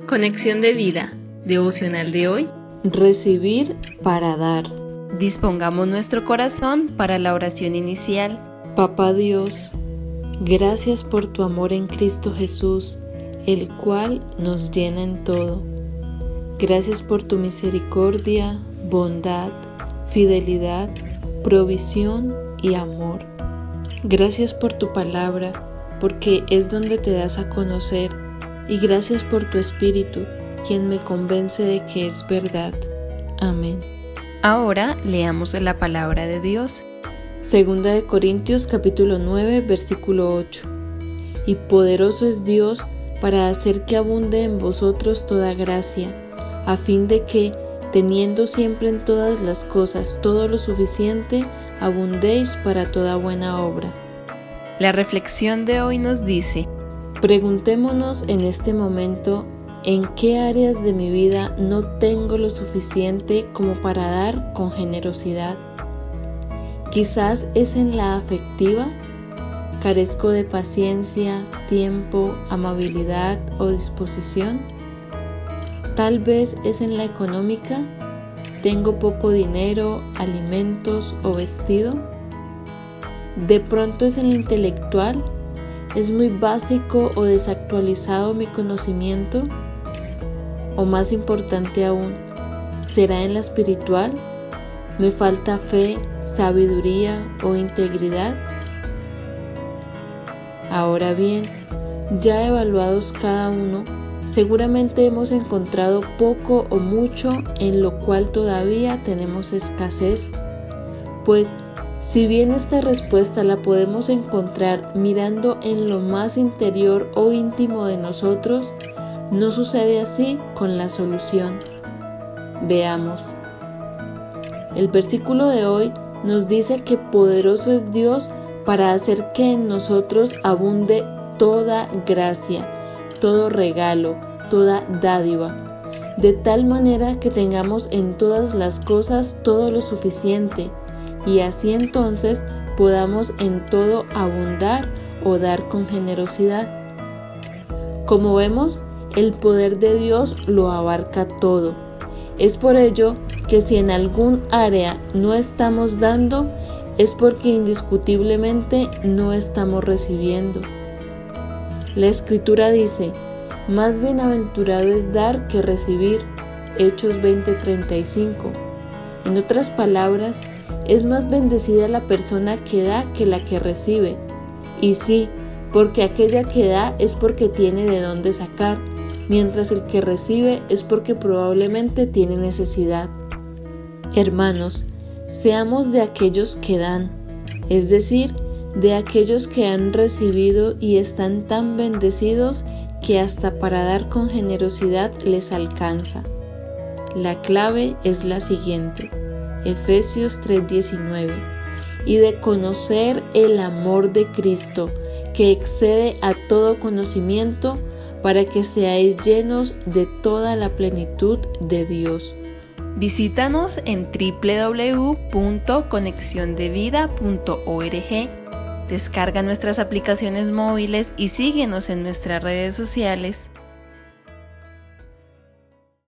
Conexión de vida, devocional de hoy. Recibir para dar. Dispongamos nuestro corazón para la oración inicial. Papá Dios, gracias por tu amor en Cristo Jesús, el cual nos llena en todo. Gracias por tu misericordia, bondad, fidelidad, provisión y amor. Gracias por tu palabra, porque es donde te das a conocer, y gracias por tu Espíritu, quien me convence de que es verdad. Amén. Ahora leamos la palabra de Dios. Segunda de Corintios capítulo 9, versículo 8. Y poderoso es Dios para hacer que abunde en vosotros toda gracia, a fin de que, teniendo siempre en todas las cosas todo lo suficiente, abundéis para toda buena obra. La reflexión de hoy nos dice: preguntémonos en este momento en qué áreas de mi vida no tengo lo suficiente como para dar con generosidad. Quizás es en la afectiva. ¿Carezco de paciencia, tiempo, amabilidad o disposición? Tal vez es en la económica. ¿Tengo poco dinero, alimentos o vestido? ¿De pronto es en la intelectual? ¿Es muy básico o desactualizado mi conocimiento? O más importante aún, ¿será en la espiritual? ¿Me falta fe, sabiduría o integridad? Ahora bien, ya evaluados cada uno, seguramente hemos encontrado poco o mucho en lo cual todavía tenemos escasez, pues si bien esta respuesta la podemos encontrar mirando en lo más interior o íntimo de nosotros, no sucede así con la solución. Veamos. El versículo de hoy nos dice que poderoso es Dios para hacer que en nosotros abunde toda gracia, todo regalo, toda dádiva, de tal manera que tengamos en todas las cosas todo lo suficiente, y así entonces podamos en todo abundar o dar con generosidad. Como vemos, el poder de Dios lo abarca todo. Es por ello que si en algún área no estamos dando, es porque indiscutiblemente no estamos recibiendo. La Escritura dice: más bienaventurado es dar que recibir. Hechos 20:35. En otras palabras, es más bendecida la persona que da que la que recibe. Y sí, porque aquella que da es porque tiene de dónde sacar, mientras el que recibe es porque probablemente tiene necesidad. Hermanos, seamos de aquellos que dan, es decir, de aquellos que han recibido y están tan bendecidos que hasta para dar con generosidad les alcanza. La clave es la siguiente: Efesios 3:19, y de conocer el amor de Cristo, que excede a todo conocimiento, para que seáis llenos de toda la plenitud de Dios. Visítanos en www.conexiondevida.org. Descarga nuestras aplicaciones móviles y síguenos en nuestras redes sociales.